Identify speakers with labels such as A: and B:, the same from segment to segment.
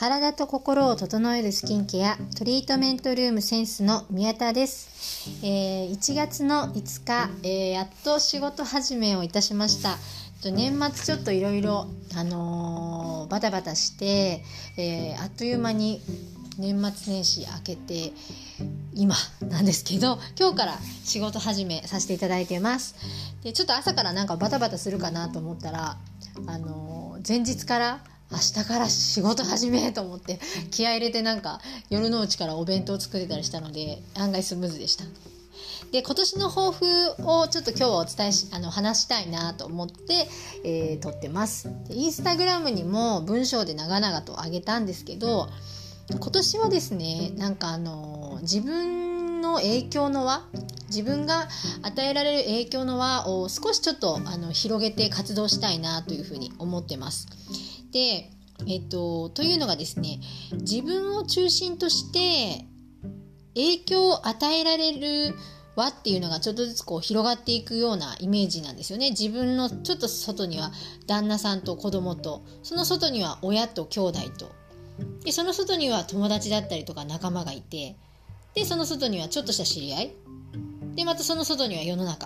A: 体と心を整えるスキンケアトリートメントルームセンスの宮田です。1月の5日、やっと仕事始めをいたしました。年末ちょっといろいろバタバタして、あっという間に年末年始明けて今なんですけど、今日から仕事始めさせていただいています。でちょっと朝からなんかバタバタするかなと思ったら、前日から明日から仕事始めと思って気合い入れて、なんか夜のうちからお弁当作ってたりしたので案外スムーズでした。で今年の抱負をちょっと今日はお伝え話したいなと思って、撮ってます。でインスタグラムにも文章で長々と上げたんですけど、今年はですね、なんか自分の影響の輪、自分が与えられる影響の輪を少しちょっと広げて活動したいなというふうに思ってます。で、というのがですね、自分を中心として影響を与えられる輪っていうのがちょっとずつこう広がっていくようなイメージなんですよね。自分のちょっと外には旦那さんと子供と、その外には親と兄弟と、でその外には友達だったりとか仲間がいて、でその外にはちょっとした知り合いで、またその外には世の中、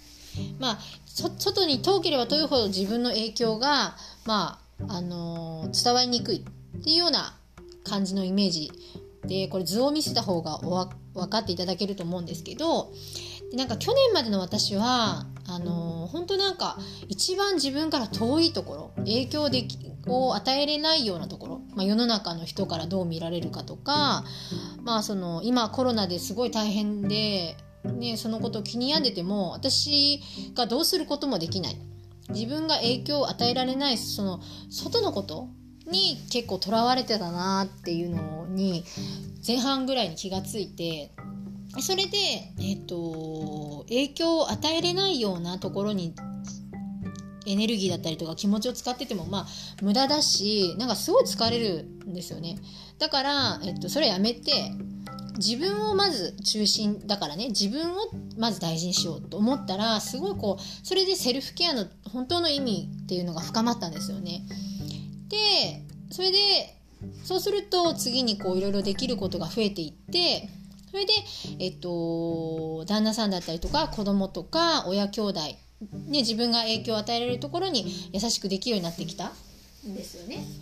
A: 外に遠ければ遠いほど自分の影響が伝わりにくいっていうような感じのイメージで、これ図を見せた方が分かっていただけると思うんですけど、でなんか去年までの私は本当なんか一番自分から遠いところ、影響を与えれないようなところ、世の中の人からどう見られるかとか、今コロナですごい大変で、そのことを気に病んでても私がどうすることもできない、自分が影響を与えられない、その外のことに結構とらわれてたなっていうのに前半ぐらいに気がついて、それで、影響を与えれないようなところにエネルギーだったりとか気持ちを使ってても無駄だし、なんかすごい疲れるんですよね。だから、それやめて、自分をまず中心だからね、自分をまず大事にしようと思ったら、すごいそれでセルフケアの本当の意味っていうのが深まったんですよね。でそれでそうすると次にいろいろできることが増えていって、それで旦那さんだったりとか子供とか親兄弟、自分が影響を与えられるところに優しくできるようになってきたんですよね。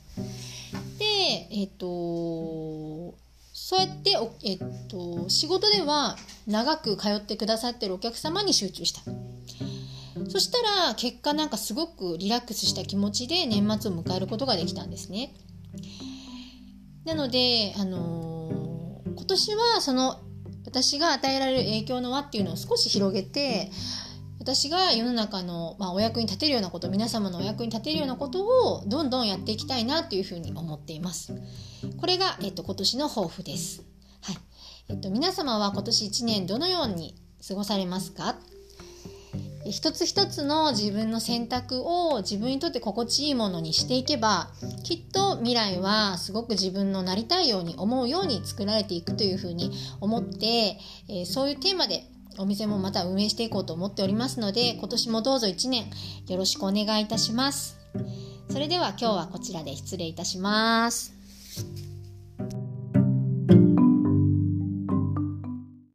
A: でそうやって、仕事では長く通ってくださってるお客様に集中した。そしたら結果なんかすごくリラックスした気持ちで年末を迎えることができたんですね。なので、今年はその私が与えられる影響の輪っていうのを少し広げて、私が世の中の、お役に立てるようなこと、皆様のお役に立てるようなことをどんどんやっていきたいなというふうに思っています。これが、今年の抱負です。はい。皆様は今年1年どのように過ごされますか？一つ一つの自分の選択を自分にとって心地いいものにしていけば、きっと未来はすごく自分のなりたいように思うように作られていくというふうに思って、そういうテーマでお店もまた運営していこうと思っておりますので、今年もどうぞ1年よろしくお願いいたします。それでは今日はこちらで失礼いたします。